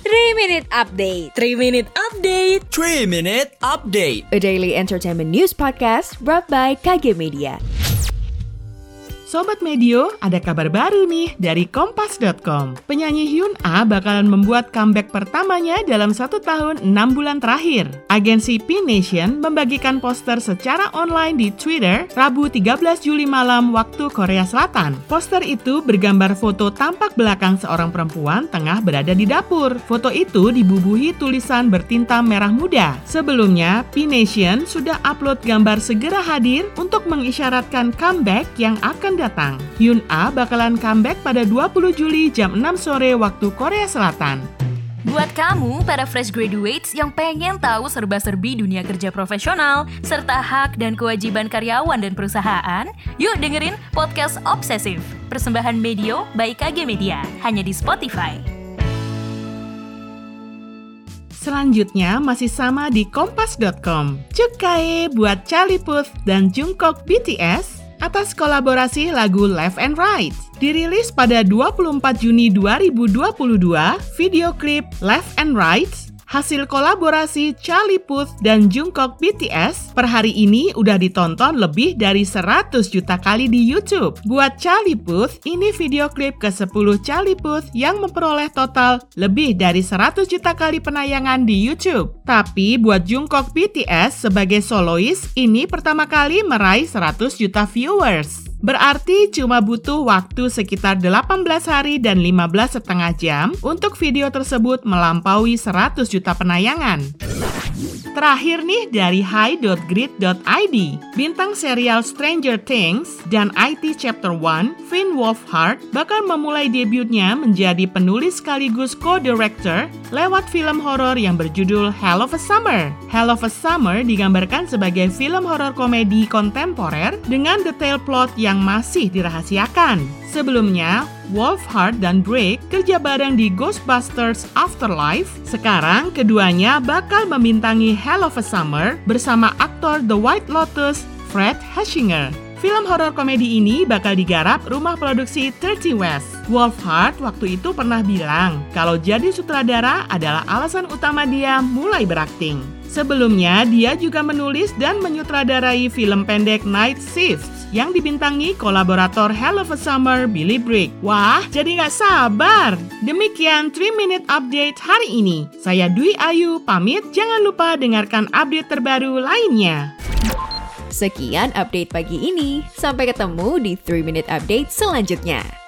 3 Minute Update. 3 Minute Update. 3 Minute Update. A daily entertainment news podcast brought by KG Media. Sobat Medio, ada kabar baru nih dari Kompas.com. Penyanyi Hyun A bakalan membuat comeback pertamanya dalam 1 tahun 6 bulan terakhir. Agensi P Nation membagikan poster secara online di Twitter Rabu 13 Juli malam waktu Korea Selatan. Poster itu bergambar foto tampak belakang seorang perempuan tengah berada di dapur. Foto itu dibubuhi tulisan bertinta merah muda. Sebelumnya, P Nation sudah upload gambar segera hadir untuk mengisyaratkan comeback yang akan datang. Hyun A bakalan comeback pada 20 Juli jam 6 sore waktu Korea Selatan. Buat kamu, para fresh graduates yang pengen tahu serba-serbi dunia kerja profesional, serta hak dan kewajiban karyawan dan perusahaan, yuk dengerin Podcast Obsesif, persembahan Medio by KG Media, hanya di Spotify. Selanjutnya masih sama di Kompas.com. Cukai buat Charlie Puth dan Jungkook BTS atas kolaborasi lagu Left and Right. Dirilis pada 24 Juni 2022, video klip Left and Right hasil kolaborasi Charlie Puth dan Jungkook BTS per hari ini udah ditonton lebih dari 100 juta kali di YouTube. Buat Charlie Puth, ini video klip ke-10 Charlie Puth yang memperoleh total lebih dari 100 juta kali penayangan di YouTube. Tapi buat Jungkook BTS sebagai solois, ini pertama kali meraih 100 juta viewers. Berarti cuma butuh waktu sekitar 18 hari dan 15,5 jam untuk video tersebut melampaui 100 juta penayangan. Terakhir nih dari Hi.Grid.id, bintang serial Stranger Things dan IT Chapter 1, Finn Wolfhard bakal memulai debutnya menjadi penulis sekaligus co-director lewat film horor yang berjudul Hell of a Summer. Hell of a Summer digambarkan sebagai film horor komedi kontemporer dengan detail plot yang masih dirahasiakan. Sebelumnya, Wolfhard dan Drake kerja bareng di Ghostbusters Afterlife. Sekarang, keduanya bakal membintangi Hell of a Summer bersama aktor The White Lotus, Fred Hechinger. Film horor komedi ini bakal digarap rumah produksi 30 West. Wolfhard waktu itu pernah bilang kalau jadi sutradara adalah alasan utama dia mulai berakting. Sebelumnya, dia juga menulis dan menyutradarai film pendek Night Shifts yang dibintangi kolaborator Hell of a Summer, Billy Bragg. Wah, jadi nggak sabar! Demikian 3 Minute Update hari ini. Saya Dwi Ayu, pamit. Jangan lupa dengarkan update terbaru lainnya. Sekian update pagi ini. Sampai ketemu di 3 Minute Update selanjutnya.